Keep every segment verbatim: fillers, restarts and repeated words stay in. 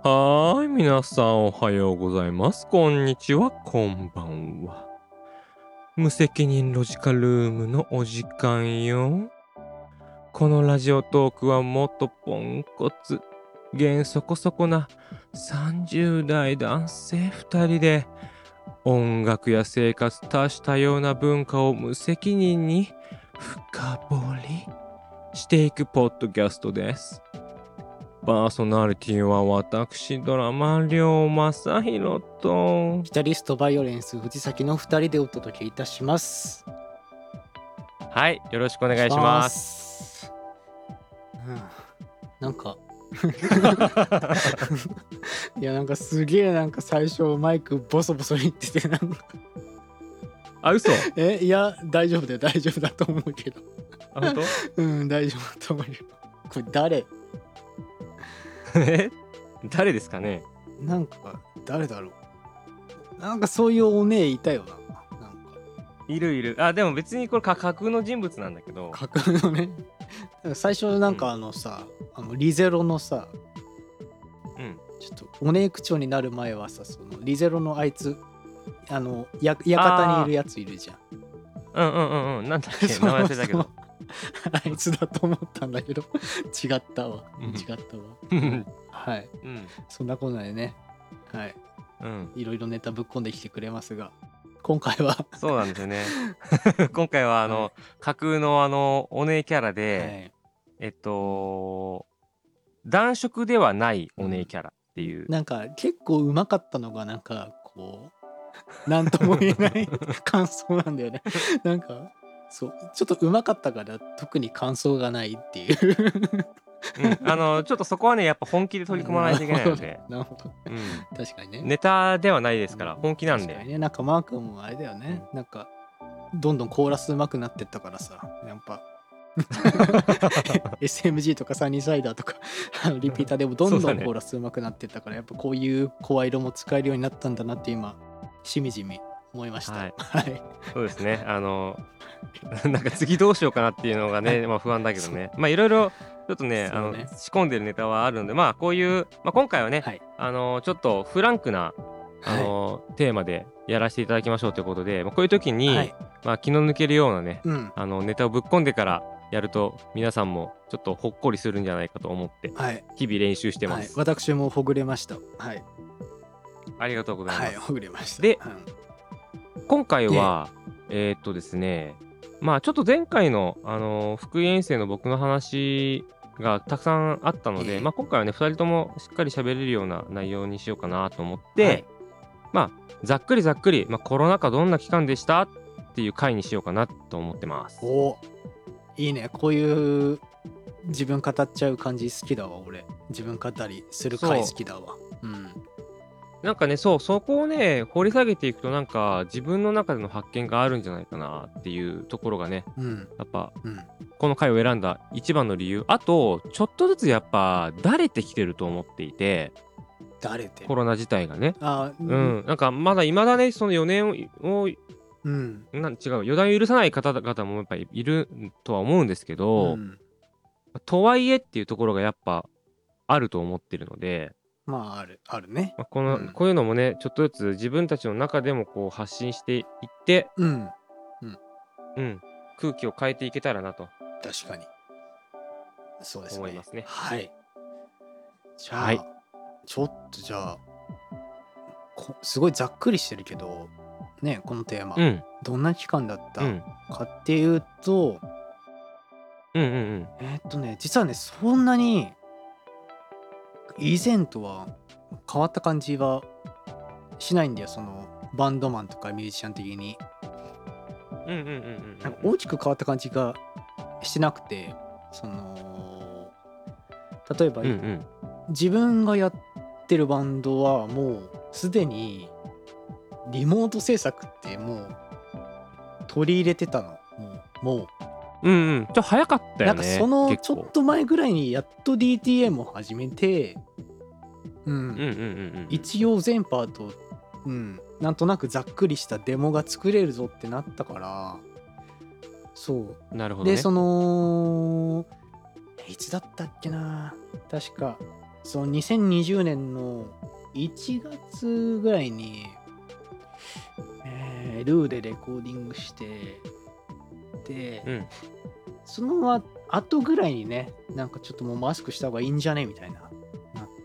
はーい、皆さんおはようございます。こんにちは、こんばんは。無責任ロジカルームのお時間よ。このラジオトークはもっとポンコツ、元そこそこなさんじゅう代男性ふたりで音楽や生活多種多様な文化を無責任に深掘りしていくポッドキャストです。パーソナリティは私ドラマ両正宏とギタリストバイオレンス藤崎のふたりでお届けいたします。 はい、よろしくお願いします。 うん、なんかいやなんかすげえなんか最初マイクボソボソ言っててなんかあ、嘘えいや大丈夫だよ大丈夫だと思うけどあ、本当うん大丈夫だと思うよ。これ誰え誰ですかね。 なんか誰だろう。なんかそういうお姉いたよな。なんかいるいる。あ、でも別にこれ架空の人物なんだけど、 架空のね最初なんかあのさ、あのリゼロのさうん、 ちょっとお姉口調になる前はさ、そのリゼロのあいつあのや館にいるやついるじゃん。 うんうんうんうんなんだっけ名前忘れたけどあいつだと思ったんだけど違ったわうん違ったわうんはい、 うん、 そんなことでね、はいうん、 いろいろネタぶっこんできてくれますが、今回はそうなんですよね。今回はあの、 はい架空のあのお姉キャラはで、 い、 えっと男色ではないお姉キャラっていう、 なんか結構うまかったのがなんかこうなんとも言えない感想なんだよね。なんかそうちょっとうまかったから特に感想がないっていううん、あのちょっとそこはねやっぱ本気で取り組まないといけないので、 なるほど、 うん、 確かにね。 ネタではないですから本気なんで、 確かにね、なんかマー君もあれだよね、なんかどんどんコーラス上手くなってったからさ、やっぱエスエムジー とかサニーサイダーとかあのリピーターでもどんどそうんだねコーラス上手くなってったから、やっぱこういう声色も使えるようになったんだなって今しみじみ思いました。 はい、 はい。 そうですね。あのなんか次どうしようかなっていうのがね、まあ不安だけどね。まあいろいろちょっとね、あのそうね仕込んでるネタはあるんで、まあこういう、まあ今回はね、 はいあのちょっとフランクなあはいのテーマでやらせていただきましょうということで、まあ、こういう時に、 はいまあ気の抜けるようなね、 うんあのネタをぶっ込んでからやると皆さんもちょっとほっこりするんじゃないかと思ってはい日々練習してまはいす。 私もほぐれました。はいありがとうございます。 はいほぐれました。 でうん今回は、えーっとですね、まあちょっと前回の、あのー福井遠征の僕の話がたくさんあったので、 ええまあ今回はね、ふたりともしっかり喋れるような内容にしようかなと思って、 はいまあざっくりざっくり、まあ、コロナ禍どんな期間でしたっていう回にしようかなと思ってます。 おいいね、こういう自分語っちゃう感じ好きだわ。俺自分語りする回好きだわ。うんなんかね、そう、そこをね、掘り下げていくとなんか自分の中での発見があるんじゃないかなっていうところがね、 うんやっぱうんこの回を選んだ一番の理由。あと、ちょっとずつやっぱ、だれてきてると思っていて、 誰ってコロナ自体がね。 あううんん。なんか、まだ未だね、そのよねんを、をうんなん違う、予断を許さない方々もやっぱりいるとは思うんですけうど、 んとはいえっていうところがやっぱあると思ってるので、 まああるあるね。 まあ、この、 うんこういうのもね、ちょっとずつ自分たちの中でもこう発信していって、 うんうん、空気を変えていけたらなと確かにそうですね。 思いますね。 はいじゃあ、 はいちょっとじゃあこすごいざっくりしてるけどね、このテーマ、 うん、 どんな期間だったうん、 かっていうと、 うん、うん、うん。 えーっとね実はねそんなに以前とは変わった感じはしないんだよ。そのバンドマンとかミュージシャン的にうんうんうんうんなんか大きく変わった感じがしてなくて、その例えば、 うんうん自分がやってるバンドはもうすでにリモート制作ってもう取り入れてたの。もうもうんうんちょっと早かったうなよね。 んかその結構ちょっと前ぐらいにやっと ディーティーエム を始めて、うん、 うんうんうんうん一応全パート、うん、なんとなくざっくりしたデモが作れるぞってなったから、そうなるほどね。 でそのいつだったっけな、確かそのにせんにじゅうねんのいちがつぐらいに、えールーでレコーディングしてで、 うんその後ぐらいにね、なんかちょっともうマスクした方がいいんじゃねみたいななって、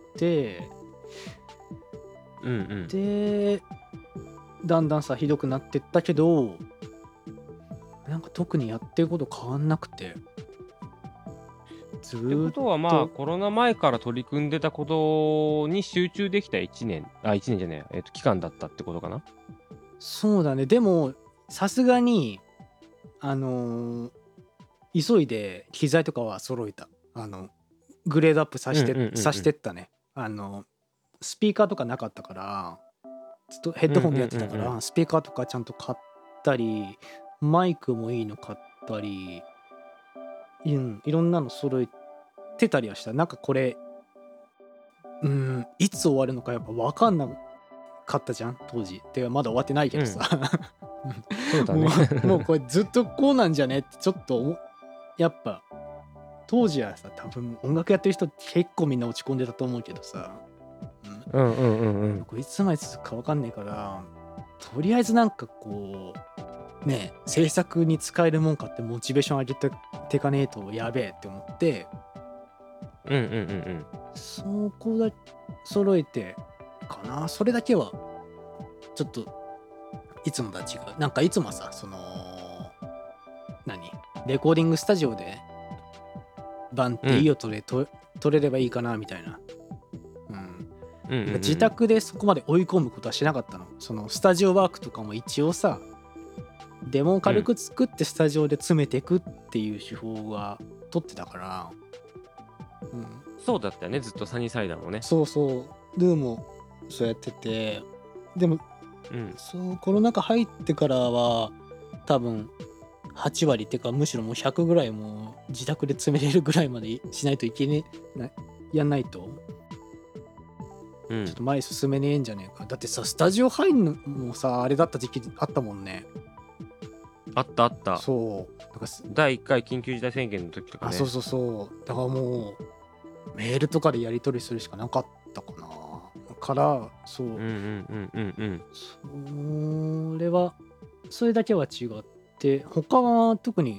うんうんでだんだんさひどくなってったけど、なんか特にやってること変わんなくて、ずってこーっとはまあとコロナ前から取り組んでたことに集中できたいちねんあいちねんじゃねえや、えっと期間だったってことかな。 そうだね。でもさすがにあのー急いで機材とかは揃えた。あのグレードアップさせて、 うんうんうんうんさしてったね。あのスピーカーとかなかったからずっとヘッドホンでやってたかうんうんうんうら、スピーカーとかちゃんと買ったり、マイクもいいの買ったり、うん、いろんなの揃えてたりはした。なんかこれうんいつ終わるのかやっぱ分かんなかったじゃん当時。でまだ終わってないけどさ、 そうだもねうもうこれずっとこうなんじゃねってちょっと思やっぱ当時はさ、多分音楽やってる人結構みんな落ち込んでたと思うけどさ、うん、 うんうんうんうんこれいつまで続くか分かんないから、とりあえずなんかこうね制作に使えるもんかってモチベーション上げててかねえとやべえって思って、 うんうんうんうんそこだ揃えてかな。それだけはちょっといつもとは違う。なんかいつもさ、その何レコーディングスタジオでバンっていい音でと、取れればいいかなみたいな、うんうんうんうん自宅でそこまで追い込むことはしなかったの。そのスタジオワークとかも一応さ、デモを軽く作ってスタジオで詰めていくっていう手法は取ってたから、うん、 そうだったよね、ずっとサニーサイダーもね。 そうそうルーもそうやってて、でもうんそうコロナ禍入ってからは多分はち割っていうか、むしろもうひゃくぐらいもう自宅で詰めれるぐらいまでしないといけねえな、やんないとうんちょっと前進めねえんじゃねえか。だってさスタジオ入んのもさあれだった時期あったもんね。 あったあった。 そうなんかすだいいっかい緊急事態宣言の時とかね。 あそうそうそうだからもうメールとかでやり取りするしかなかったかな。からそう、 うんうんうんうんうん。 それはそれだけは違って他は特に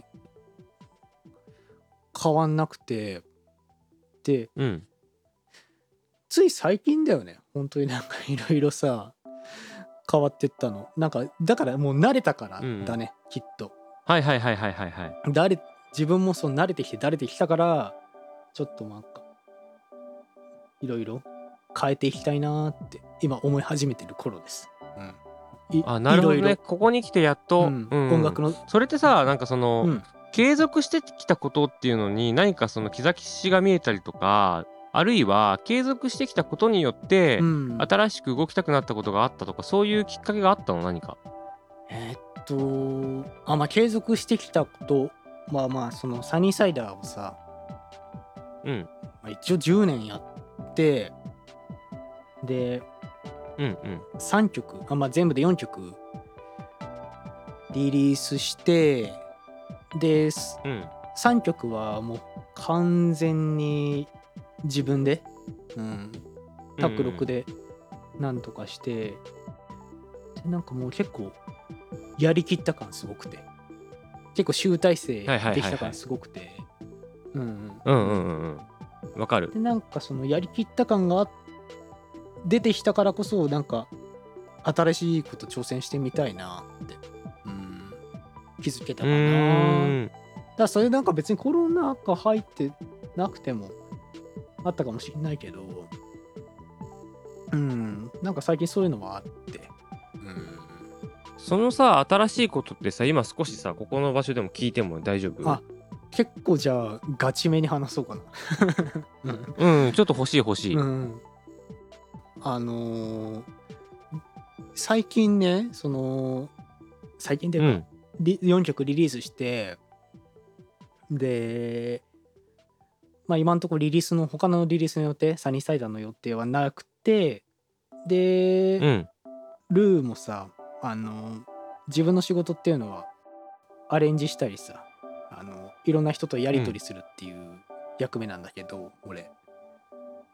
変わんなくて、でうんつい最近だよね本当になんかいろいろさ変わってったの。なんかだからもう慣れたからだね、 うん、 きっと。 はいはいはいはいはいはい。 誰自分もそう慣れてきて慣れてきたからちょっとなんかいろいろ変えていきたいなーって今思い始めてる頃です。うん、いあ、なるほどね。 いろいろここに来てやっと、 うんうん音楽のそれってさ、なんかその、 うん継続してきたことっていうのに何かその兆しが見えたりとか、あるいは継続してきたことによってうん新しく動きたくなったことがあったとか、そういうきっかけがあったの何か。 えーっとあまあ継続してきたことまあまあそのサニーサイダーをさ、 うんまあ、一応じゅうねんやってでうんうんさんきょくあ、まあ、全部でよんきょくリリースしてでうんさんきょくはもう完全に自分で、うん、卓録でなんとかして、でなんかもう結構やりきった感すごくて結構集大成できた感すごくてうんうんうんうんうんわかる。 でなんかそのやりきった感が出てきたからこそなんか新しいこと挑戦してみたいなって、うん、気づけたかうな。 ーんだからそれなんか別にコロナ禍入ってなくてもあったかもしれないけど、うんなんか最近そういうのはあって、うんそのさ新しいことってさ今少しさここの場所でも聞いても大丈夫？ あ結構じゃあガチめに話そうかなうん、ちょっと欲しい欲しい。 うん、うん、あのー最近ねその最近っていうか、リよんきょくリリースしてでまあ今のところリリースの他のリリースの予定サニーサイダーの予定はなくてで、 うんルーもさあの自分の仕事っていうのはアレンジしたりさあのいろんな人とやり取りするっていう役目なんだけど、俺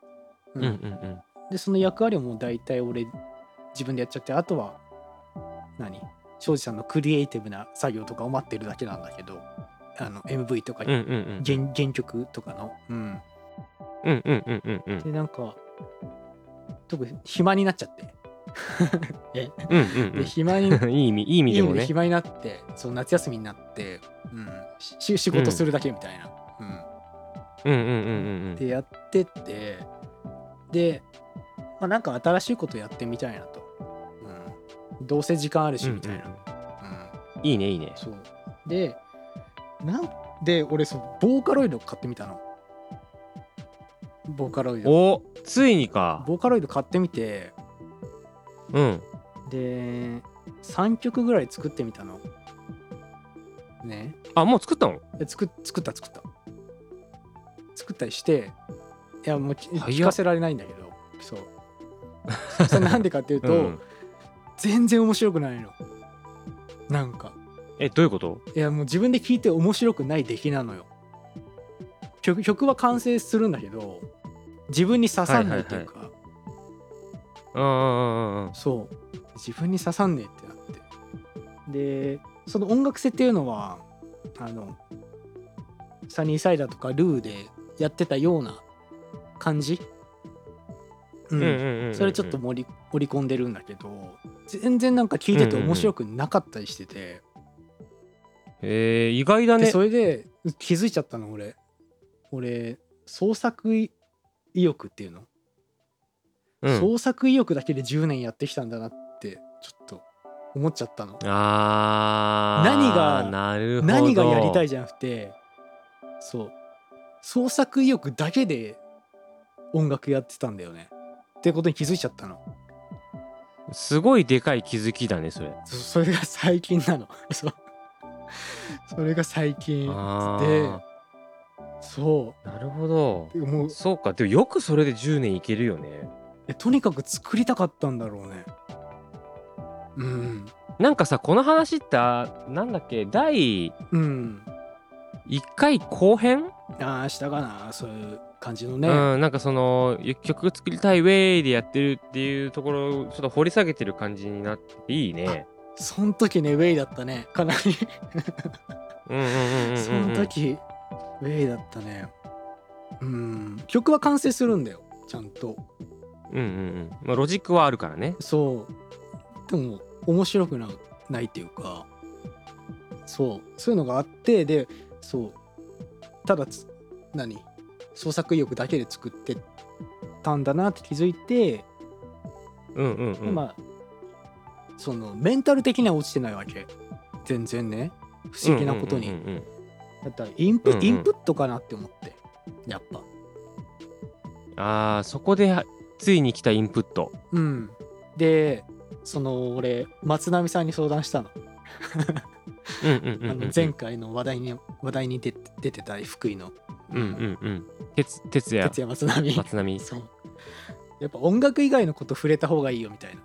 ううんうんんでその役割をもう大体俺自分でやっちゃって、あとは何庄司さんのクリエイティブな作業とかを待ってるだけなんだけど、あの エムブイ とかうんうんうんうん原原曲とかの、うん、 うんうんうんうんうんでなんか特に暇になっちゃってえうんうんで暇にうんいい意味いい意味いい意味ででもね。 暇になって、そう夏休みになって、うん、し仕うん事するだけみたいな、うんうんうんうんうんでやってってで、まあ、なんか新しいことやってみたいなと、うん、どうせ時間あるうんうんうんしみたいな、うんいいねいいね。 そうでなんで俺そうボーカロイド買ってみたの。ボーカロイドおついにか。 ボーカロイド買ってみて、 うんでさんきょくぐらい作ってみたのね。 あもう作ったの？ で作っ作った作った作ったりして、いやもうき早っ聞かせられないんだけど、そうそれなんでかっていうと、 うん全然面白くないの。なんかえどういうこと？ いやもう自分で聞いて面白くない出来なのよ。曲曲は完成するんだけど自分に刺さんないっていうか、 うんうんうんうんそう自分に刺さんねえってなって、でその音楽性っていうのはあのサニーサイダーとかルーでやってたような感じ、ううんんうんうんうんそれちょっと盛り盛り込んでるんだけど、全然なんか聞いてて面白くなかったりしてて、 えー、意外だね。 でそれで気づいちゃったの俺俺創作意欲っていうの、 うん創作意欲だけでじゅうねんやってきたんだなってちょっと思っちゃったの。 あー何がなるほど何がやりたいじゃなくて、そう創作意欲だけで音楽やってたんだよねってことに気づいちゃったの。 すごいでかい気づきだねそれ。 そそれが最近なのそうそれが最近で、 あそーなるほど。 うでもうそうかでもよくそれでじゅうねんいけるよね。 えとにかく作りたかったんだろうね。うんなんかさこの話ってあなんだっけだいうんいっかい後編、 ああしたかなそういう感じのね、 うんなんかその曲作りたいウェイでやってるっていうところをちょっと掘り下げてる感じになってていいね。 そん時ねウェイだったねかなりうんうんうんうんうんその時ウェイだったね。うん曲は完成するんだよちゃんと。 うんうんうんまあロジックはあるからね。 そうでも面白くなないっていうか、そうそういうのがあって、でそうただつ何創作意欲だけで作ってたんだなって気づいて、 うんうんうん。 でまあそのメンタル的には落ちてないわけ全然ね、不思議なことに、 うんうんうんうんだったらインプ、 うんうんインプットかなって思ってやっぱあーそこでついに来たインプット。 うんでその俺松並さんに相談したの。 うんうんうんうんうんあの前回の話題に話題に出て出てた福井のうんうんうん鉄鉄也哲也松並松並そうやっぱ音楽以外のこと触れた方がいいよみたいな。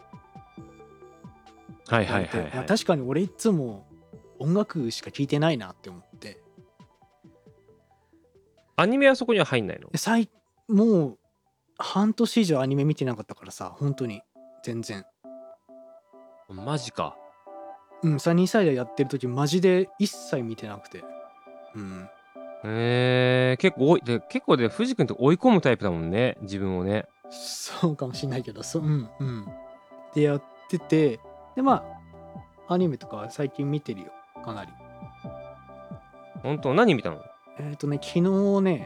はいはいはいはい。 まあ確かに俺いつも音楽しか聴いてないなって思って、 アニメはそこには入んないの？ で最もう半年以上アニメ見てなかったからさ本当に全然。 マジか。 うんサニーサイダーやってる時マジで一切見てなくて、うんへえー、結構多いで結構で藤君って追い込むタイプだもんね自分をね。 そうかもしんないけど、そううんうんでやってて、でまあアニメとかは最近見てるよかなり。 本当何見たの？ えっ、とね昨日ね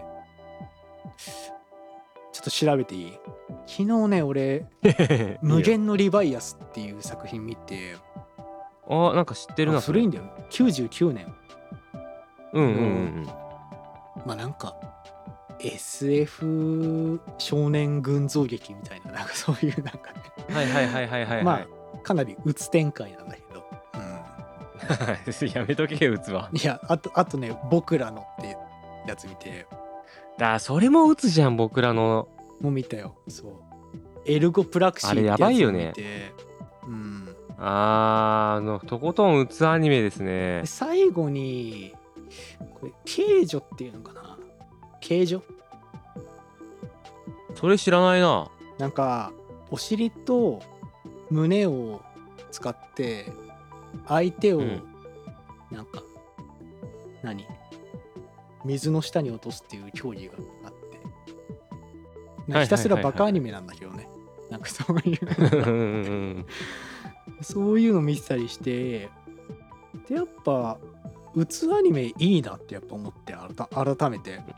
ちょっと調べていい？昨日ね俺無限のリバイアスっていう作品見て、 あなんか知ってるなそれ。 あ古いんだよきゅうじゅうきゅうねん。 うんうんうんまあなんか エスエフ 少年群像劇みたいななんかそういうなんかねうん。はいはいはいはいはいはい。 まあかなり鬱展開なんだけど、うやめとけよ打つわ。 ん、いやあとあとね僕らのってやつ見てだそれも打つじゃん僕らの。 もう見たよ。そうエルゴプラクシーってあれややつを見ばいよねて、うんあーあのとことん打つアニメですねで。最後にこれ慶女っていうのかな慶女それ知らないな。 なんかお尻と胸を使って相手をうんなんか何水の下に落とすっていう競技があって、なんかひたすらバカアニメなんだけどね。なんかそういううんうんそういうの見てたりして、でやっぱうつアニメいいなってやっぱ思って改改めて。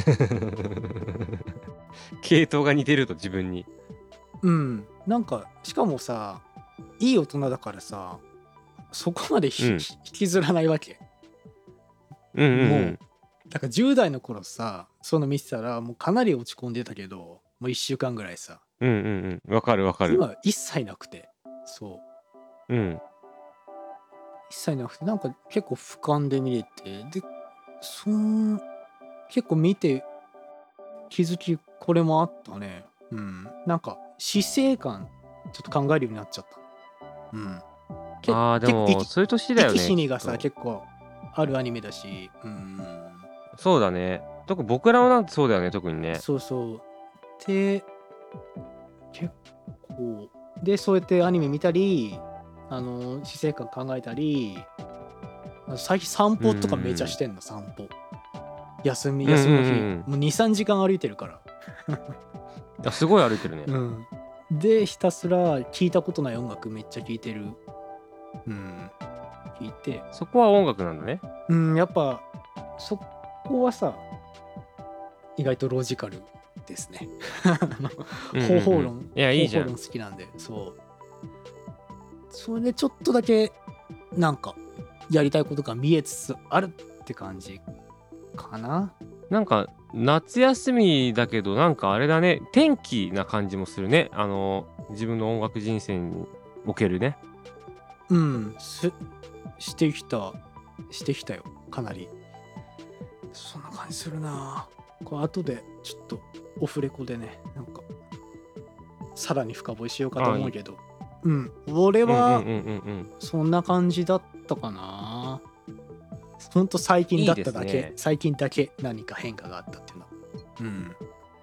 系統が似てると自分に。 うんなんかしかもさいい大人だからさそこまでひ、 うんひ引きずらないわけ。 うんうんうもうんだからじゅう代の頃さそういうの見てたらもうかなり落ち込んでたけど、もういっしゅうかんぐらいさうんうんうんわかるわかる。 今一切なくて、そううん一切なくてなんか結構俯瞰で見れて、でそん結構見て気づきこれもあったね。うんなんか死生観ちょっと考えるようになっちゃった。うんけあーで結構生きもそういう年だ生きよね死にがさきっと。 結構あるアニメだし、うんそうだね。特に僕らもなんてそうだよね特にね。 そうそうで結構でそうやってアニメ見たりあの死生観考えたり、最近散歩とかめちゃしてんの。散歩休み休みの日、 うんうんうんうんもうにさんじかん歩いてるからあすごい歩いてるね。 うんでひたすら聞いたことない音楽めっちゃ聞いてる。うん聞いてそこは音楽なんだね。 うんやっぱそこはさ意外とロジカルですね。 うんうんうん方法論いやいいじゃん方法論好きなんで、そうそれでちょっとだけなんかやりたいことが見えつつあるって感じかな。 なんか夏休みだけどなんかあれだね天気な感じもするね。あの自分の音楽人生におけるね。 うんすしてきたしてきたよかなり。そんな感じするな。これ後でちょっとオフレコでねなんかさらに深掘りしようかと思うけど、うん俺はうんうんうんうんうん。 そんな感じだったかな。ほんと最近だっただけいいですね最近だけ何か変化があったっていうのは。うん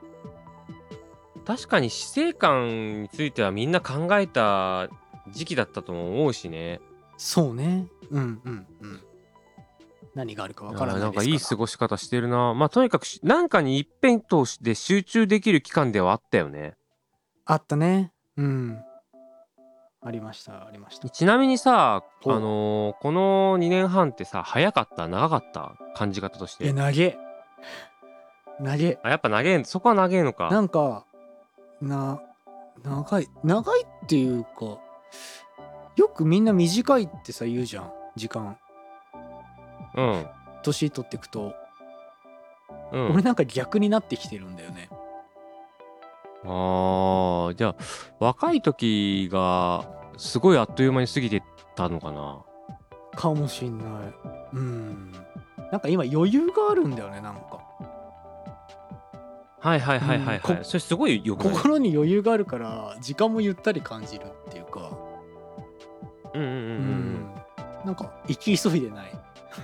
確かに死生観についてはみんな考えた時期だったとも思うしね。 そうねうんうんうん何があるかわからあーなですから。 ないんかいい過ごし方してるな。まあとにかくしなんかに一辺倒で集中できる期間ではあったよね。 あったね。うんありましたありました。 ちなみにさ、 ほうあのーこのにねんはんってさ早かった長かった感じ方としえて。 投げ投げあやっぱ長えそこは長えのか。 なんかな長い長いっていうかよくみんな短いってさ言うじゃん時間うん年取ってくと、 うん俺なんか逆になってきてるんだよね。 あーじゃあ若い時がすごいあっという間に過ぎてたのかな。 かもしんない。うんなんか今余裕があるんだよね。なんかはいはいはいはいはい、 うんこそれすごいよくない？ 心に余裕があるから時間もゆったり感じるっていうか、 うんうんうんうんなんか生き急いでない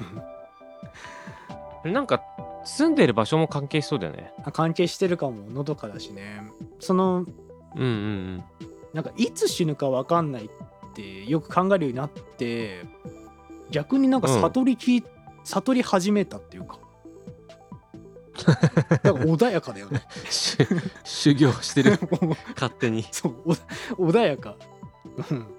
うんなんか住んでる場所も関係しそうだよね。 関係してるかも。のどかだしね。そのうんうんうんなんかいつ死ぬか分かんないってよく考えるようになって、逆になんか悟りき、悟り始めたっていうかだから穏やかだよねし修行してる勝手に。 そうお穏やかうん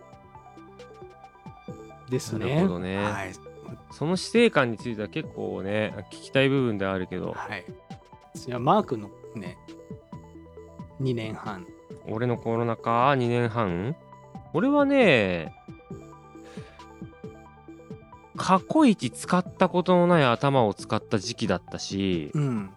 ですね。 なるほどねはい、 その死生観については結構ね聞きたい部分ではあるけど、 はい、いやマー君のねにねんはん俺のコロナ禍にねんはん俺はね過去一使ったことのない頭を使った時期だったし、 うん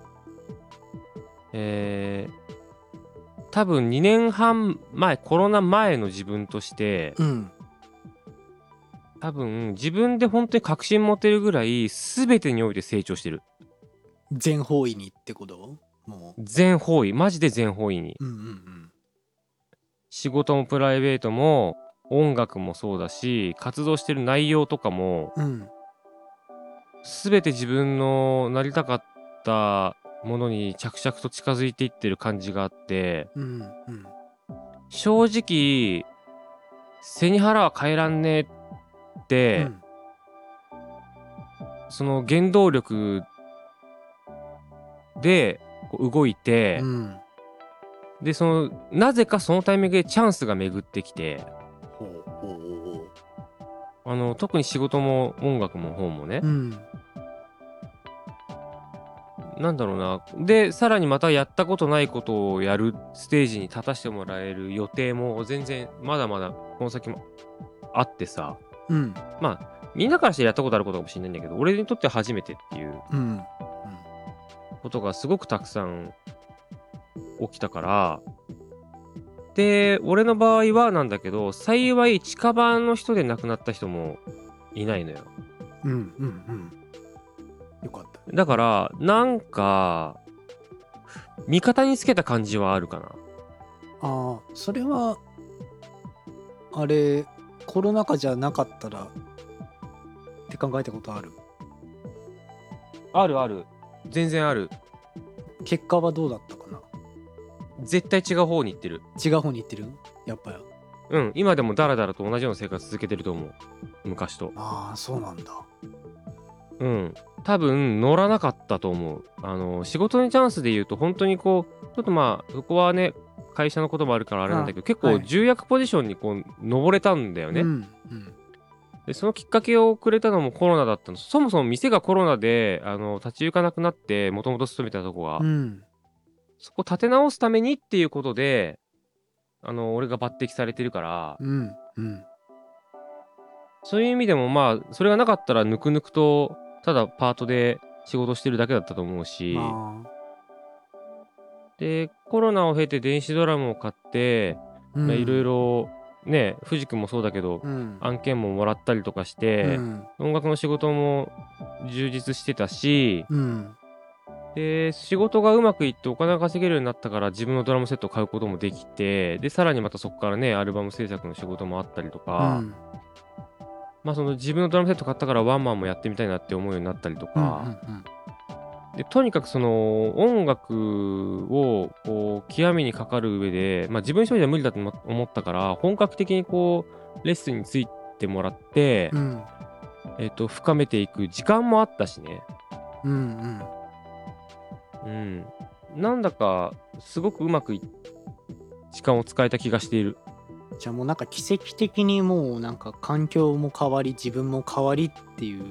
えー多分にねんはん前コロナ前の自分としてうん多分自分で本当に確信持てるぐらい全てにおいて成長してる。 全方位にってことも全方位マジで全方位に、 ううんうんうん仕事もプライベートも音楽もそうだし活動してる内容とかもうん全て自分のなりたかったものに着々と近づいていってる感じがあって、 うんうん正直、背に腹は変えらんねえって、 うんその原動力でこう動いて、 うんで、その、なぜかそのタイミングでチャンスが巡ってきて、 ほうほうほうほうあの、特に仕事も音楽も本もね、 うんなんだろうな。で、さらにまたやったことないことをやるステージに立たしてもらえる予定も全然まだまだこの先もあってさ、 うんまあ、みんなからしてやったことあることかもしれないんだけど、俺にとっては初めてっていううんことがすごくたくさん起きたから、で、俺の場合はなんだけど、幸い近場の人で亡くなった人もいないのよ。 うんうんうんよかった。 だから、なんか、味方につけた感じはあるかな。 ああ、それはあれコロナ禍じゃなかったらって考えたことある？ あるある。全然ある。 結果はどうだったかな？ 絶対違う方に行ってる。 違う方に行ってる？やっぱり。 うん、今でもダラダラと同じような生活続けてると思う。昔と。 ああ、そうなんだ。 うん。多分乗らなかったと思う。あの、仕事にチャンスで言うと、本当にこう、ちょっとまあ、そこはね、会社のこともあるからあれなんだけど、結構はい。 重役ポジションにこう、登れたんだよね。 うんうんで、そのきっかけをくれたのもコロナだったの。そもそも店がコロナで、あの、立ち行かなくなって、もともと勤めてたとこが、 うんそこ立て直すためにっていうことで、あの、俺が抜擢されてるから、 うんうんそういう意味でもまあ、それがなかったらぬくぬくと、ただパートで仕事してるだけだったと思うし、 まあで、コロナを経て電子ドラムを買って、まあ、いろいうんろね、藤君もそうだけど、 うん案件ももらったりとかしうて、 ん音楽の仕事も充実してたし、 うんで、仕事がうまくいってお金が稼げるようになったから自分のドラムセットを買うこともできて、で、さらにまたそこからね、アルバム制作の仕事もあったりとか、 うんまあその自分のドラムセット買ったからワンマンもやってみたいなって思うようになったりとうんうか、 んで、とにかくその音楽をこう極みにかかる上で、まあ自分一人じゃ無理だと思思ったから、本格的にこうレッスンについてもらって、 うんえっと、深めていく時間もあったしね。 うんうんうん。なんだかすごくうまくい時間を使えた気がしている。 じゃあもうなんか奇跡的にもうなんか環境も変わり自分も変わりっていう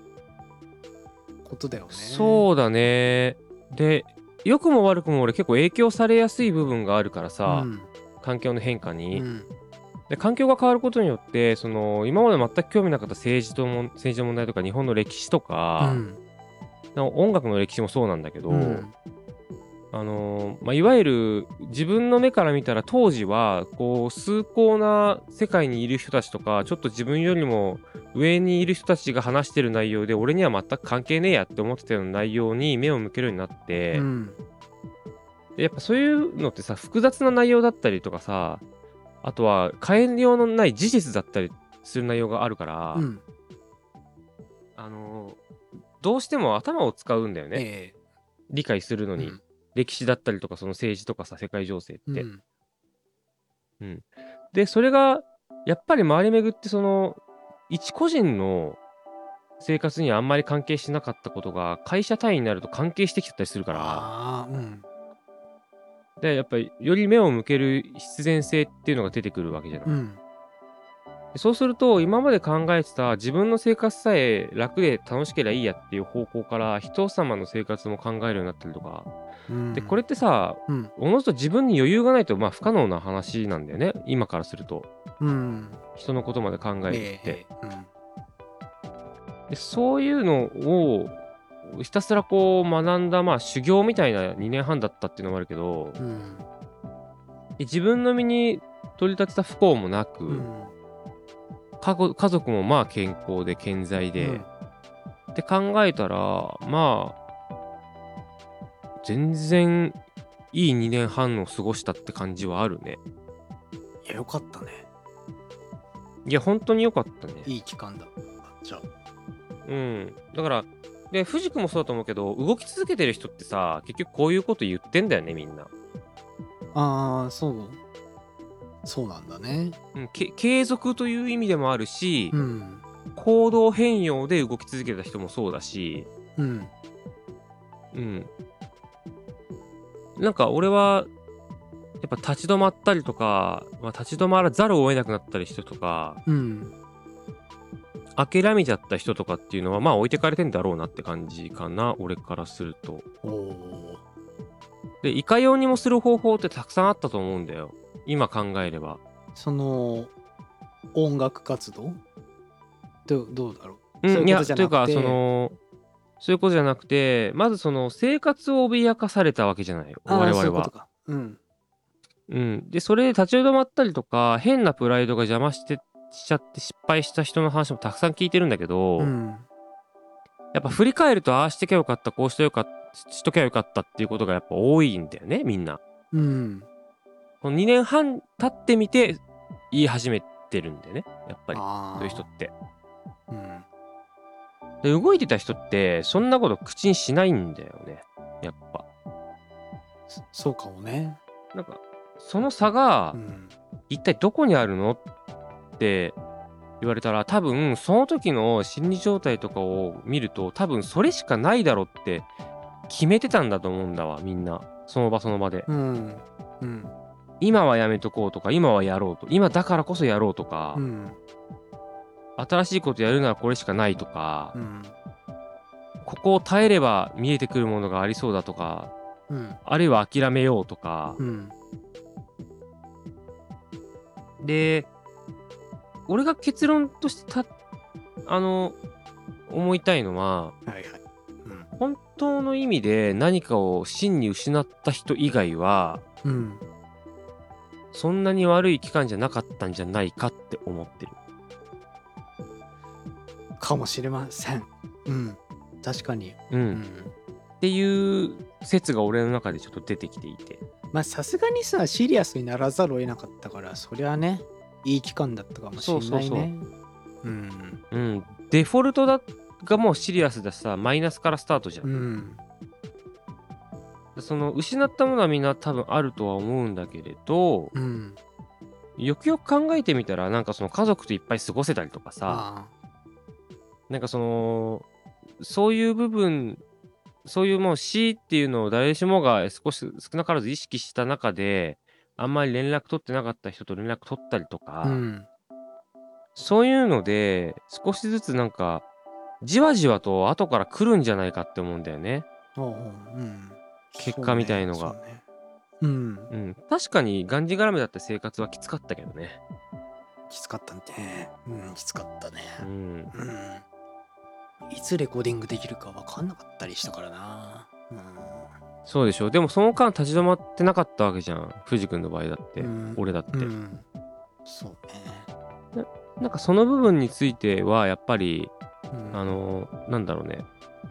ことだよね。 そうだね。で、良くも悪くも俺結構影響されやすい部分があるからさ、 うん環境の変化に。 うんで、環境が変わることによって、その、今まで全く興味なかった政治とも政治の問題とか日本の歴史とうか、 んな音楽の歴史もそうなんだけど、 うんあのーまあ、いわゆる自分の目から見たら当時はこう崇高な世界にいる人たちとかちょっと自分よりも上にいる人たちが話してる内容で俺には全く関係ねえやって思ってたような内容に目を向けるようになっうて、 んでやっぱそういうのってさ複雑な内容だったりとかさ、あとは変えようのない事実だったりする内容があるから、 うんあのーどうしても頭を使うんだよね、 ええ理解するのに、 うん歴史だったりとかその政治とかさ世界情勢って。 うんうん。で、それがやっぱり回り巡ってその一個人の生活にはあんまり関係しなかったことが会社単位になると関係してきちゃったりするから、 ああうんで、やっぱりより目を向ける必然性っていうのが出てくるわけじゃない。 うんでそうすると今まで考えてた自分の生活さえ楽で楽しければいいやっていう方向から人様の生活も考えるようになったりとか。 うんで、これってさ、 うんおのずと自分に余裕がないとまあ不可能な話なんだよね。今からすると。 うん人のことまで考えるって。 ええうんでそういうのをひたすらこう学んだまあ修行みたいなにねんはんだったっていうのもあるけど、 うんで自分の身に取り立てた不幸もなく、 うん家ご家族もまあ健康で健在で、って考えたらまあ全然いいにねんはんを過ごしたって感じはあるね。 いやよかったね。 いや本当に良かったね。 いい期間だ。じゃあうん。だからで、藤君もそうだと思うけど、動き続けてる人ってさ、結局こういうこと言ってんだよね、みんな。 ああ、そう。そうなんだね。 うん、け継続という意味でもあるし、 うん。 行動変容で動き続けた人もそうだし、 うん。 うん。なんか俺は、やっぱ立ち止まったりとか、まあ、立ち止まらざるを得なくなったり人とか、 うん。 諦めちゃった人とかっていうのは、まあ置いてかれてんだろうなって感じかな、俺からすると。 おお。 で、いかようにもする方法ってたくさんあったと思うんだよ。今考えれば。 その音楽活動どうどうだろう。 うん、いや、 そういうことじゃというか、そなくて、 の、そういうことじゃなくて、まずその生活を脅かされたわけじゃないよ、 ああ、そうい我々は。 うことか。うん。 うん。で、それで立ち止まったりとか、変なプライドが邪魔してしちゃって失敗した人の話もたくさん聞いてるんだけど、 うん。 やっぱ振り返ると、ああしてきゃよかった、こうしてよかったしときゃよかったっていうことがやっぱ多いんだよね、みんな。 うん。 このにねんはん経ってみて言い始めてるんだよね、やっぱり。そういう人あって。 あ。うん。 で、動いてた人って、そんなこと口にしないんだよね、やっぱ。 そそうかもね。 なんか、その差がう、ん。 一体どこにあるのって言われたら、多分その時の心理状態とかを見ると、多分それしかないだろって決めてたんだと思うんだわ、みんな。その場その場で。 うん。うん。 今はやめとこうとか、今はやろうと。今だからこそやろうとか、 うん。 新しいことやるならこれしかないとか、 うん。 ここを耐えれば見えてくるものがありそうだとか、 うん。 あるいは諦めようとか。 うん。 で、俺が結論としてた、あの、思いたいのは、 はいはい。うん。 本当の意味で何かを真に失った人以外は、 うん。 そんなに悪い期間じゃなかったんじゃないかって思ってる。 かもしれません。うん。確かに。 うん。 うん。 っていう説が俺の中でちょっと出てきていて。 まあさすがにさ、シリアスにならざるを得なかったから、そりゃね、いい期間だったかもしれないね。 そうそうそううん。 うん。デフォルトだがもうシリアスだしさ、マイナスからスタートじゃん。 うん。 その失ったものはみんな多分あるとは思うんだけれど、 うん。 よくよく考えてみたら、なんかその家族といっぱい過ごせたりとかさ、 あなんかその、そういう部分、そういうもう死っていうのを誰しもが少し少なからず意識した中で、あんまり連絡取ってなかった人と連絡取ったりとあ。うか、 ん。 そういうので少しずつなんかじわじわと後から来るんじゃないかって思うんだよね。 おうおう、うん。 結果みたいのが。 そうね。そうね。うん。 うん。確かにがんじがらめだった生活はきつかったけどね。 きつかったね。うん、きつかったね。 うん。 うん。いつレコーディングできるか分かんなかったりしたからな。うん。 そうでしょ。でもその間立ち止まってなかったわけじゃん。藤君の場合だって。 うん、 俺だって。 うん。そうね。 ななんかその部分についてはやっぱり、 うん、 あのなんだろうね。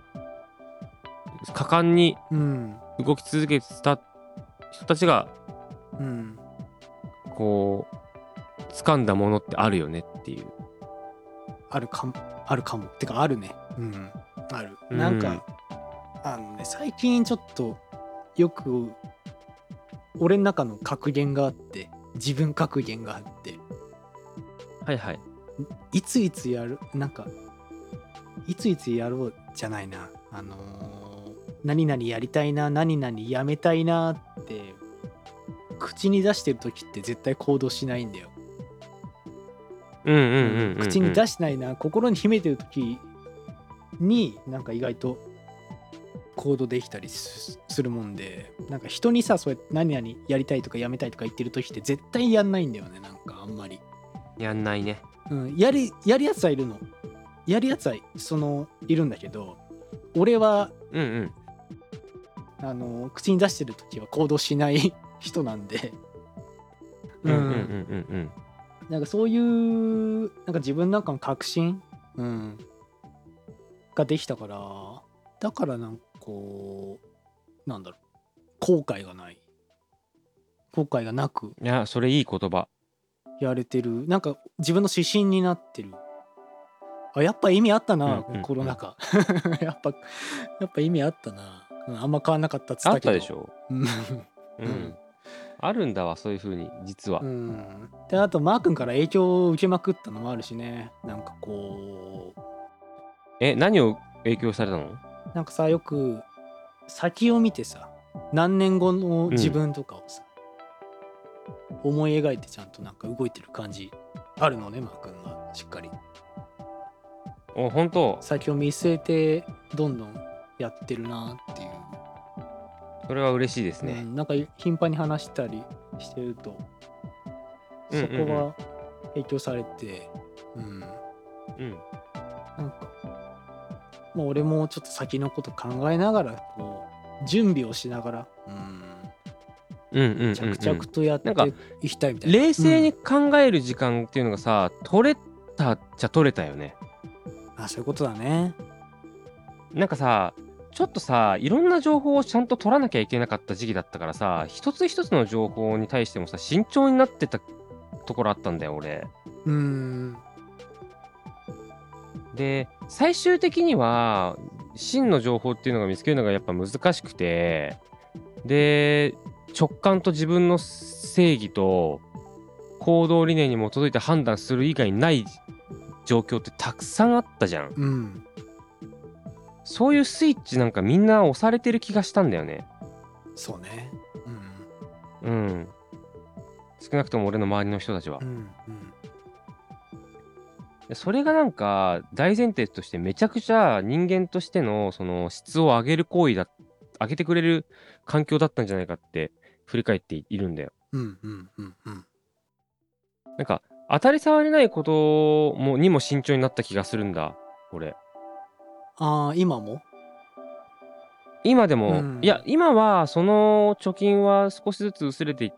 果敢にうん。 動き続けてた人たちが、 うん。 こう、掴んだものってあるよねっていう。 あるかも、あるかも。てか、あるね。うん。ある。 うんなんか、あのね、最近ちょっと、よく、俺の中の格言があって、自分格言があって、 はいはい。 いついつやる、なんか、いついつやろうじゃないな。あのー何々やりたいな、何々やめたいなって、口に出してる時って絶対行動しないんだよ。 うんうんうんうん、うん。 口に出してないな、心に秘めてる時に、なんか意外と行動できたりすするもんで、なんか人にさ、そうやって何々やりたいとかやめたいとか言ってる時って絶対やんないんだよね、なんかあんまり。 やんないね。 うん、やり、やるやつはいるの。やるやつは、その、いるんだけど、俺は、 うんうん。 あの、口に出してる時は行動しない人なんで、 うんうんうんうんうん。 なんかそういう、なんか自分なんかの確信、うん、ができたから、だからなんかこう、なんだろう、後悔がない。後悔がなくいや、それいい言葉。 やれてる。なんか自分の指針になってるあ、やっぱ意味あったうんな、 うんうん。 コロナ禍。やっぱ、やっぱ意味あったな。うん、あんま変わんなかったっつっあったけど。 たでしょ。 うん。うん。 うん。あるんだわ、そういう風に、実は。 うん。で、あと、マー君から影響を受けまくったのもあるしね。なんかこう、 え、何を影響されたの？ なんかさ、よく先を見てさ、何年後の自うん。 分とかをさ、思い描いてちゃんとなんか動いてる感じあるのね、マー君がしっかり。 お、本当。 先を見据えてどんどんやってるなっていう。 それは嬉しいですね。 うん、なんか頻繁に話したりしてると、 うんうんうん。 そこは影響されて、うん、 うん。 なんか、まあ、俺もちょっと先のこと考えながらこう準備をしながら、うん、 うんうんうん着うん。 々とやっなんか、 ていきたいみたいな。 冷うん、 静に考える時間っていうのがさ、取れたっちゃ取れたよね。 あ、そういうことだね。 なんかさ、ちょっとさ、いろんな情報をちゃんと取らなきゃいけなかった時期だったからさ、一つ一つの情報に対してもさ、慎重になってたところあったんだよ、俺。 うん、 で、最終的には、真の情報っていうのが見つけるのがやっぱ難しくて、で、直感と自分の正義と行動理念に基づいて判断する以外ない状況ってたくさんあったじゃん。 うん、 そういうスイッチなんかみんな押されてる気がしたんだよね。 そうね。 うん。少なくとも俺の周りの人たちは。 うん、うん、うん、 で、それがなんか大前提としてめちゃくちゃ人間としてのその質を上げる行為だ上げてくれる環境だったんじゃないかって振り返っているんだよ。 うん、うん、うん、うん。 なんか当たり障りないこともにも慎重になった気がするんだ、俺。 ああ、今も。 今でも、いうん、 や、今はその貯金は少しずつ薄れていって、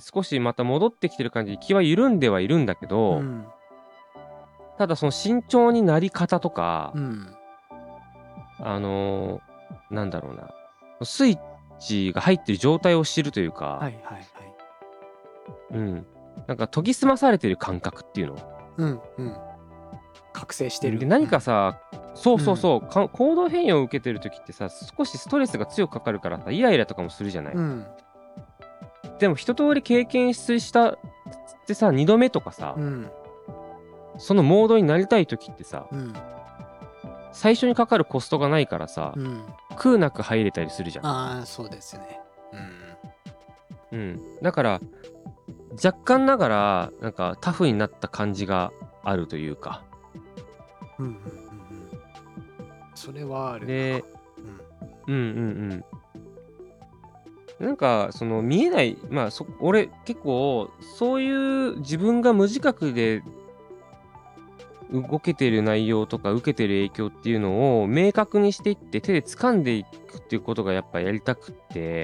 少しまた戻ってきてる感じで気は緩んではいるんだけど、 うん、 ただその慎重になり方とか、 うん。 あの、なんだろうな、スイッチが入ってる状態を知るというか、 はいはいはい。 うん、なんか研ぎ澄まされてる感覚っていうの。 うん、うん。覚醒してで、 る。 何かさ、そううん、 そうそう、か行動変容を受けてる時ってさ、少しストレスが強くかかるからさ、イライラとかもするじゃない。 うん、 でも一通り経験したってさ、にどめとかさ、 うん、 そのモードになりたい時ってさ、 うん。 最初にかかるコストがないからさ、 うん。 苦なく入れたりするじゃん。 ああ、そうですね。 うん。だから、若干ながら、なんかタフになった感じがあるというか。 うん。うんうんうんうん。それはあるな。 で、 うん。 うんうんうん。なんか、その見えない、まあ、そ俺結構、そういう自分が無自覚で動けてる内容とか受けてる影響っていうのを明確にしていって手で掴んでいくっていうことがやっぱやりたくって、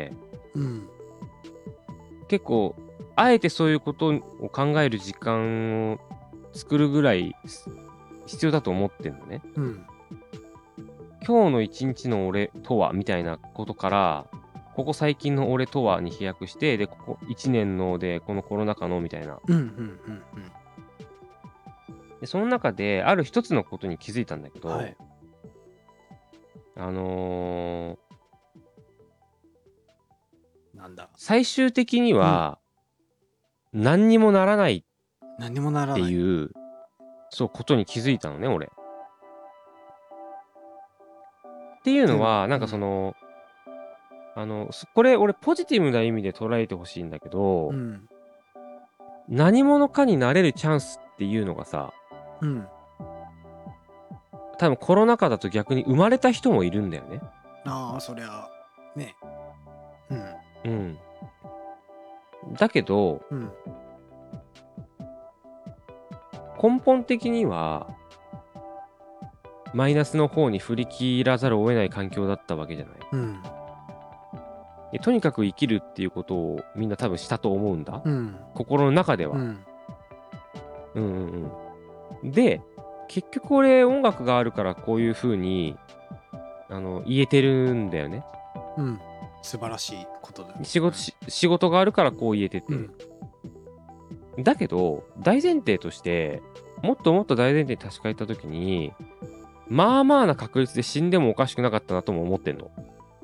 うん。 結構あえてそういうことを考える時間を作るぐらい必要だと思ってんのね。 うん。 今日の一日の俺とはみたいなことから、ここ最近の俺とはに飛躍して、で、ここいちねんので、このコロナ禍のみたいな。 うん。うん。うん。 で、その中である一つのことに気づいたんだけど、 はい。 あのーなんだ。 最終的にうん。 は何にもならないっ何にもならてない。 いう、そう、ことに気づいたのね、俺。っていうというのは、 のは、なんかそうん。 の、あの、すこれ俺ポジティブな意味で捉えてほしいんだけど、 うん。 何者かになれるチャンスっていうのがさ、 うん。 多分コロナ禍だと逆に生まれた人もいるんだよね。 ああ、そりゃ、ね。うん。 うん。だけど、 うん。 根本的には、マイナスの方に振り切らざるを得ない環境だったわけじゃない。 うん。 でとにかく生きるっていうことをみんな多分したと思うんだ。 うん。 心の中では。 うん。 うんうんうん。で、結局俺音楽があるからこういう風に、あの、言えてるんだよね。 うん。素晴らしいことだ。 仕事、し仕事があるからこう言えてて。 うん。 だけど、大前提として、 もっともっと大前提に立ち返った時に、まあまあな確率で死んでもおかしくなかったなとも思ってんの。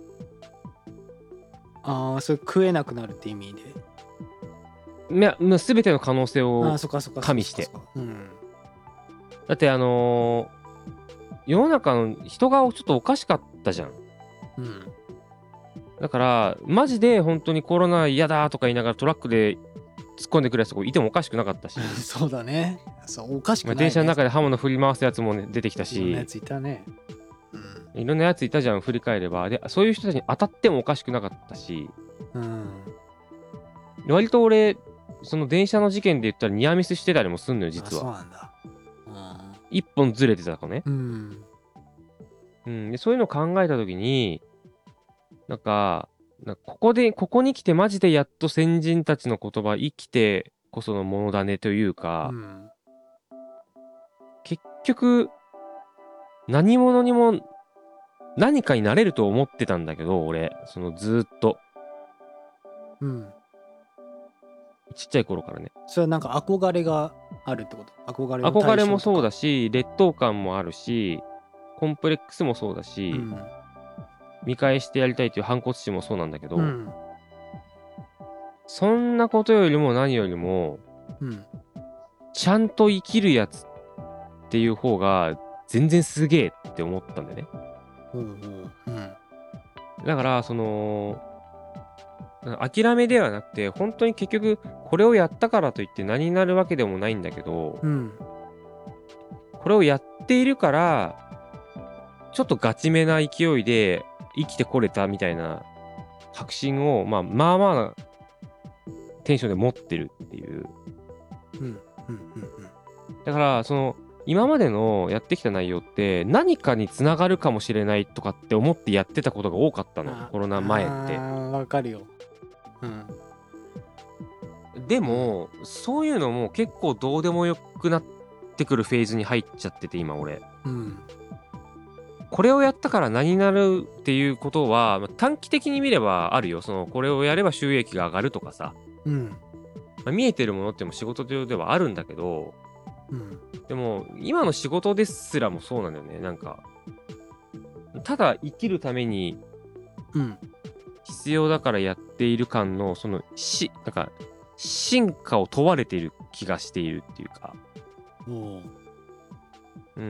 ああ、それ食えなくなるって意味で。 いや、まあ、全ての可能性あをあ、そっかそっかそっか加味して。 そっか。うん。 だってあのー世の中の人がちょっとおかしかったじゃん。 うん。 だからマジで本当にコロナ嫌だとか言いながらトラックで突っ込んでくるやつとかいてもおかしくなかったし、 そうだね。そう、おかしくまあ、 ないね。 電車の中で刃物振り回すやつも、ね、出てきたし、 いろんなやついたね。 いろんなやついたじゃん、振り返れば。で、そういう人たちに当たってもおかしくなかったし、 うん。うん。 割と俺、その電車の事件で言ったらニアミスしてたりもすんのよ、実あ、そうは。 なんだ。 一本ずれてたかね。 うん。うん。 うん。で、そういうのを考えたときに、なんか、なんかここで、ここに来てマジでやっと先人たちの言葉生きてこそのものだねというか、 うん。 結局、何者にも何かになれると思ってたんだけど、俺、そのずーっと、 うん。 ちっちゃい頃からね。 それはなんか憧れがあるってこと？憧れの憧れもそう対象とか。 だし、劣等感もあるし、コンプレックスもそうだうし、 ん。 見返してやりたいという反骨心もそうなんだけど、 うん。 そんなことよりも何よりも、 うん。 ちゃんと生きるやつっていう方が全然すげえって思ったんだよね。 ほうほう。うん。 だからその諦めではなくて、本当に結局これをやったからといって何になるわけでもないんだけど、 うん。 これをやっているからちょっとガチめな勢いで生きてこれたみたいな確信を、まあ、まあまあなテンションで持ってるっていう。 うん。うん。うん。 だからその今までのやってきた内容って何かにつながるかもしれないとかって思ってやってたことが多かったの、 あコロナ前って。 あー、わかるよ。うん。 でもそういうのも結構どうでもよくなってくるフェーズに入っちゃってて今俺。 うん。 これをやったから何になるっていうことは、まあ短期的に見ればあるよ。そのこれをやれば収益が上がるとかさ、 うん。 まあ見えてるものっても仕事上ではあるんだけど、 うん。 でも今の仕事ですらもそうなんだよね。なんかただ生きるためにうん。 必要だからやっている感のそのしなんか進化を問われている気がしているっていうか、 おお。 うん。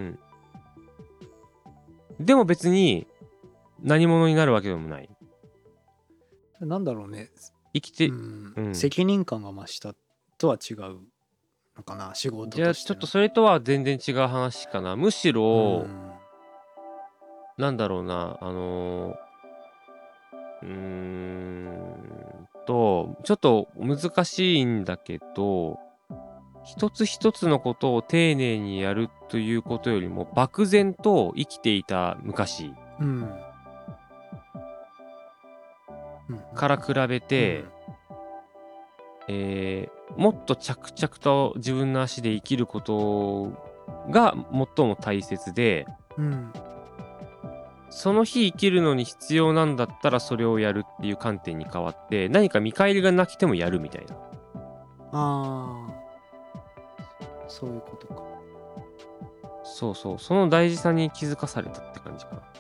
でも別に何者になるわけでもない。 なんだろうね。 生きて、 うん。 うん。 責任感が増したとは違うのかな、仕事じゃあとしての。 ちょっとそれとは全然違う話かな。むしうろ、 ん。 なんだろうな、あのーうーんと、ちょっと難しいんだけど、一つ一つのことを丁寧にやるということよりも漠然と生きていた昔うん。うん。 から比べて、えーもっと着々と自分の足で生きることが最も大切で、 うん。 その日生きるのに必要なんだったらそれをやるっていう観点に変わって、何か見返りがなくてもやるみたいな。 ああ、そういうことか。 そうそう、その大事さに気づかされたって感じかな。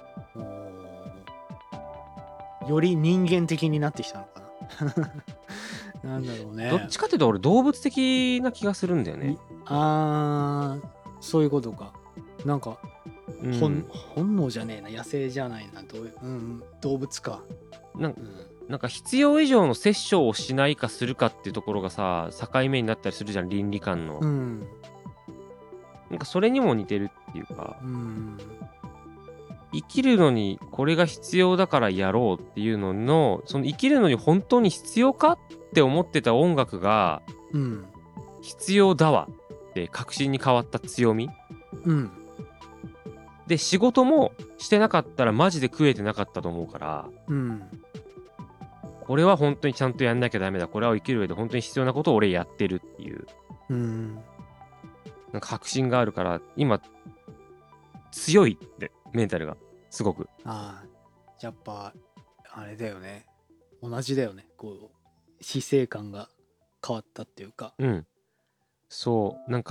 おーより人間的になってきたのかな。なんだろうね。 どっちかっていうと俺動物的な気がするんだよね。 ああ、そういうことか。なんか、 うん本本能じゃねえな、野生じゃないな、どういう、うん、動物か。 なんうん、 なんか必要以上の殺生をしないかするかっていうところがさ、境目になったりするじゃん、倫理観の。 うん、 なんかそれにも似てるっていうか、 うん、 生きるのにこれが必要だからやろうっていうのの、その生きるのに本当に必要かって思ってた音楽がうん、 必要だわって確信に変わった強みうん、 で、仕事もしてなかったらマジで食えてなかったと思うから、 うん、 これは本当にちゃんとやんなきゃダメだ、これは生きる上で本当に必要なことを俺やってるっていううん。 なんか確信があるから今強いってメンタルがすごく。 ああ、やっぱ、あれだよね。同じだよね。こう、死生観が変わったっていうか。 うん。そうなんか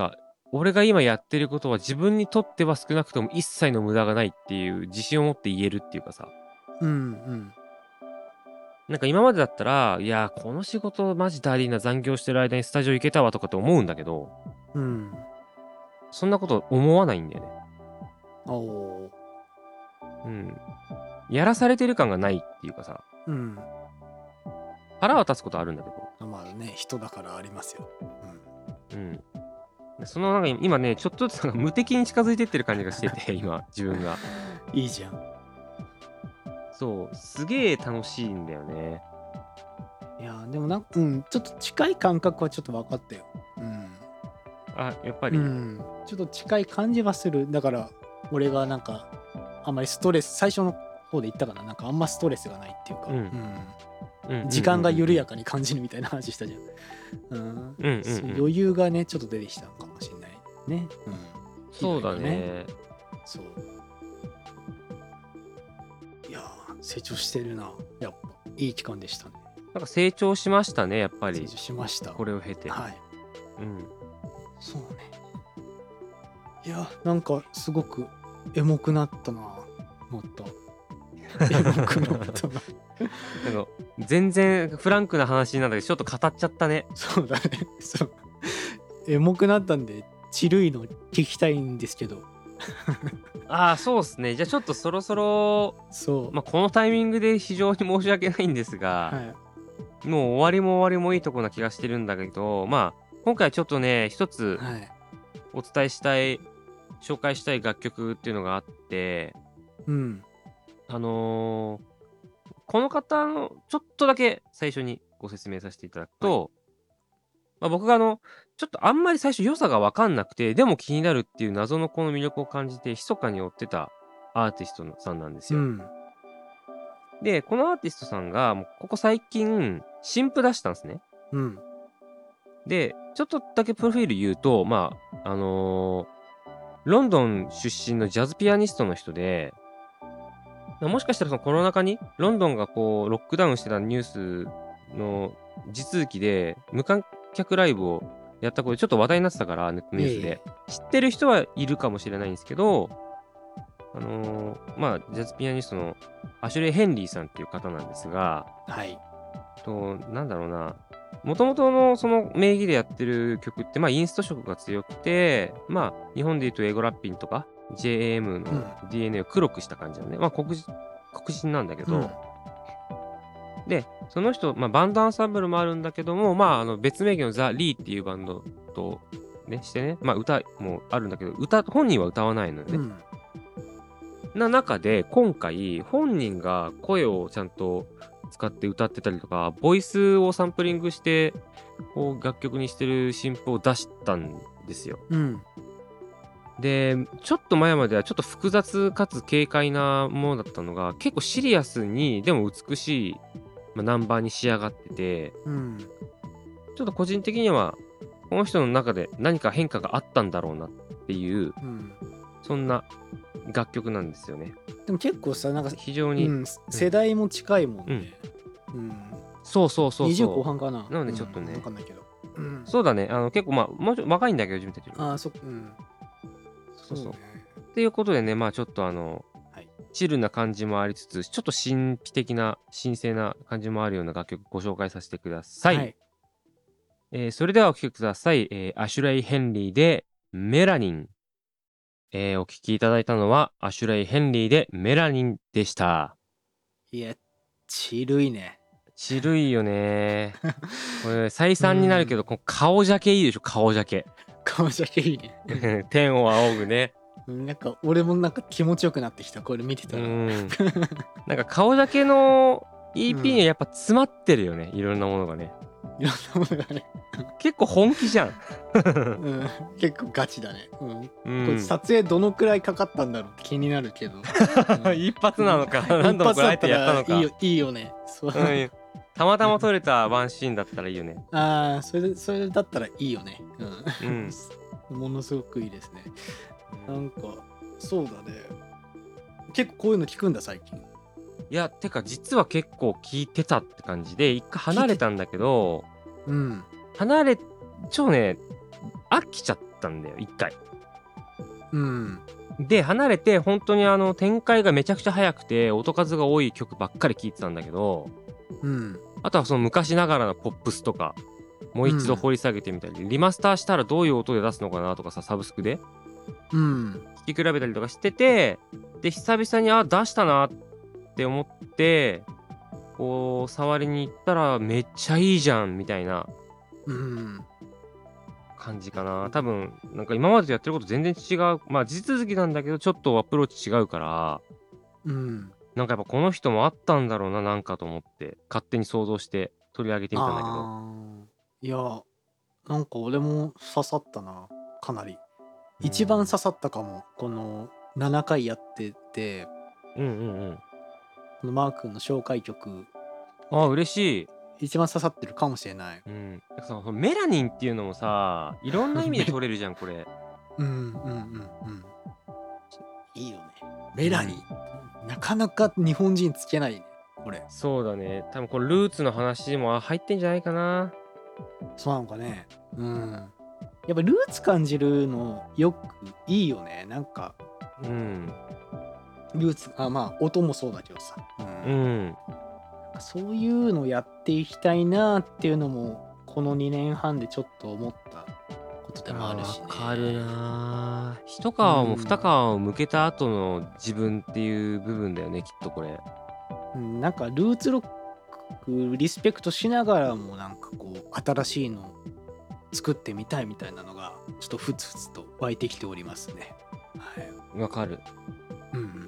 俺が今やってることは自分にとっては少なくとも一切の無駄がないっていう自信を持って言えるっていうかさ。 うんうんなんか今までだったら、いや、この仕事マジだりーな、残業してる間にスタジオ行けたわとかって思うんだけど、 うんそんなこと思わないんだよね。 おおうん。やらされてる感がないっていうかさ、 うん腹は立つことあるんだけど、 まあね人だからありますよ。 うん。でそのなんか今ね、ちょっとずつなんか無敵に近づいてってる感じがしてて、今、自分が。 うん、いいじゃん。 そう、すげえ楽しいんだよね。 いやでもなんか、うん、ちょっと近い感覚はちょっと分かったよ。 あ、やっぱうん、 り。 うん、ちょっと近い感じはする。だから俺がなんかあんまりストレス最初の方で言ったかな、なんかあんまストレスがないっていうか、 うんうんうん、 時間が緩やか。 かに感じるみたいな話したじゃん。うんうんうんそううん。 余裕がねちょっと出てきたのかもしれないね。うん、 そうだいろいろね。 そういやー成長してるな。やっぱいい期間でしたね。 なんか成長しましたね、やっぱり。 成長しました。 これを経て。 はいうん。 そうね。いやなんかすごくエモくなったな。もっとエモくなったな。 なんか全然フランクな話なんだけど、ちょっと語っちゃったね。 そうだね。そうエモくなったんでチルいの聞きたいんですけど。 ああ、そうっすね。じゃあちょっとそろそろ、 そう、 まあ、このタイミングで非常に申し訳ないんですが、 はいもう終わりも終わりもいいとこな気がしてるんだけど、まあ、今回ちょっとね、一つはいお伝えしたい、紹介したい楽曲っていうのがあって、 うんあのーこの方のちょっとだけ最初にご説明させていただくと、まあ、僕があの、ちょっとあんまり最初良さがわかんなくて、でも気になるっていう謎のこの魅力を感じて、密かに追ってたアーティストのさんなんですよ。 うんで、このアーティストさんが、もうここ最近、新譜出したんですね。 うんで、ちょっとだけプロフィール言うと、まあ、あのーロンドン出身のジャズピアニストの人で、まあもしかしたらそのコロナ禍に、ロンドンがこう、ロックダウンしてたニュースの地続きで、無観客ライブをやったことでちょっと話題になってたから、ネットニュースで。知ってる人はいるかもしれないんですけど、あのーまあ、ジャズピアニストのアシュレイ・ヘンリーさんっていう方なんですが、 はいと、なんだろうな、もともとのその名義でやってる曲って、まあ、インスト色が強くて、まあ、日本で言うとエゴラッピンとか ジェイエーエム の ディーエヌエー を黒くした感じのね、まあ黒人、黒人なんだけど、 うんで、その人、まあ、バンドアンサンブルもあるんだけども、まあ、あの別名義のザ・リーっていうバンドと、ね、してね、まあ、歌もあるんだけど、歌、本人は歌わないのよね。 うんな中で、今回、本人が声をちゃんと使って歌ってたりとか、ボイスをサンプリングして、こう楽曲にしてる新譜を出したんですよ。 うんで、ちょっと前まではちょっと複雑かつ軽快なものだったのが、結構シリアスに、でも美しい、まあ、ナンバーに仕上がってて、 うんちょっと個人的には、この人の中で何か変化があったんだろうなっていう、 うんそんな楽曲なんですよね。 でも結構さなんか、 非常に、 うん、世代も近いもんね。うんそうそうそうにじゅうそう。 後半かな。 なのでちょっとねうんわかんないけど。うんそうだね。あの、結構まあ、もうちょっと若いんだけど、自分たちより。 ああそっかうんそうそう。 ねっていうことでね、まあちょっとあの、 はいチルな感じもありつつ、ちょっと神秘的な、神聖な感じもあるような楽曲ご紹介させてください。 はいえーそれではお聴きください。えーアシュレイ・ヘンリーでメラニン。えーお聴きいただいたのは、アシュレイ・ヘンリーでメラニンでした。 いやちるいね。 ちるいよね。これ、再三になるけど、この顔ジャケいいでしょ、顔ジャケ。 顔じゃけいいね。 天を仰ぐね。 うんなんか俺もなんか気持ちよくなってきたこれ見てたら。 うん。なんか顔だけの イーピー にはやっぱ詰まってるよね、いろんなものがね。 いろんなものがね、 結構本気じゃん。 うん、結構ガチだね。うんうこれん、 撮影どのくらいかかったんだろうって気になるけど。うん一発なのか、何度もこれあえてやったのか。 いいよいいよね。そううん、たまたま撮れたワンシーンだったらいいよね。 ああそれでそれだったらいいよね。 ううんん、ものすごくいいですね。なんかそうだね。結構こういうの聞くんだ最近。 いや、てか実は結構聞いてたって感じで、一回離れたんだけど、 うん。 離れ、超ね、飽きちゃっったんだよいっかい。 うんで離れて本当にあの展開がめちゃくちゃ速くて音数が多い曲ばっかり聴いてたんだけど、 うんあとはその昔ながらのポップスとかもう一度掘り下げてみたり、リマスターしたらどういう音で出すのかなとかさ、サブスクでうん聴き比べたりとかしてて、で久々にあ出したなって思ってこう触りに行ったらめっちゃいいじゃんみたいなうん感じかな。多分なんか今までとやってること全然違う、まあ地続きなんだけどちょっとアプローチ違うから、 うんなんかやっぱこの人もあったんだろうななんかと思って勝手に想像して取り上げてみたんだけど。 あーいやなんか俺も刺さったな、かなり一番刺さったかも。このななかいやってて、 うんうんうん。 このマー君の紹介曲ああ嬉しい。 一番刺さってるかもしれない。 うん。なんかさそのメラニンっていうのもさいろんな意味で取れるじゃんこれ。 うんうんうんうんいいよね、メラニン、なかなか日本人つけないねこれ。 そうだね。多分これルーツの話も入ってんじゃないかな。 そうなのかね。うんやっぱルーツ感じるのよくいいよね。なんかうんルーツあまあ音もそうだけどさ、うんうんそういうのやっていきたいなっていうのもこのにねんはんでちょっと思ったことでもあるしね。 わかるな。一皮も二皮を向けた後の自分っていう部分だよねきっとこれ。 うんなんかルーツロックリスペクトしながらもなんかこう新しいの作ってみたいみたいなのがちょっとふつふつと湧いてきておりますね。はい。 わかる。 うんうんうん。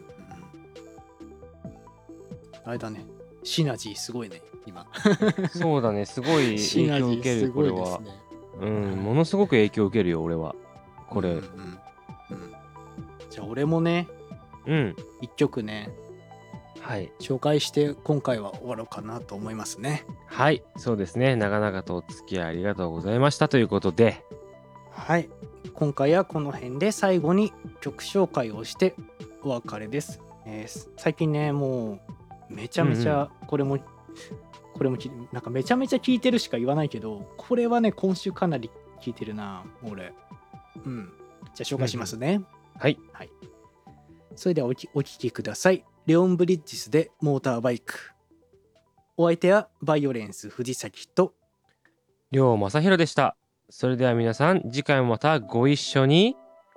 あれだね。シナジーすごいね今。 そうだねすごい影響を受けるこれは。うんものすごく影響を受けるよ俺はこれ。 うんうんうん、じゃあ俺もねうん一曲ねはい紹介して今回は終わろうかなと思いますね。 はいそうですね。長々とお付き合いありがとうございましたということで、 はい今回はこの辺で最後に曲紹介をしてお別れです。えー最近ねもうめちゃめちゃこれも、これもきなんかめちゃめちゃ聴いてるしか言わないけど、これはね今週かなり聴いてるな俺。うんじゃあ紹介しますね。 はいはいそれではおきお聴きください。レオンブリッジスでモーターバイク。お相手はバイオレンス藤崎と亮正弘でした。それでは皆さん次回もまたご一緒に。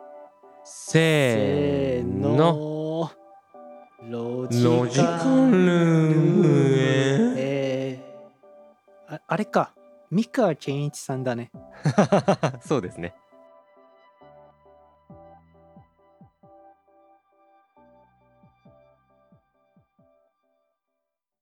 せーのロロジカルームへ。 えー、ああれか三河健一さんだね。 そうですね。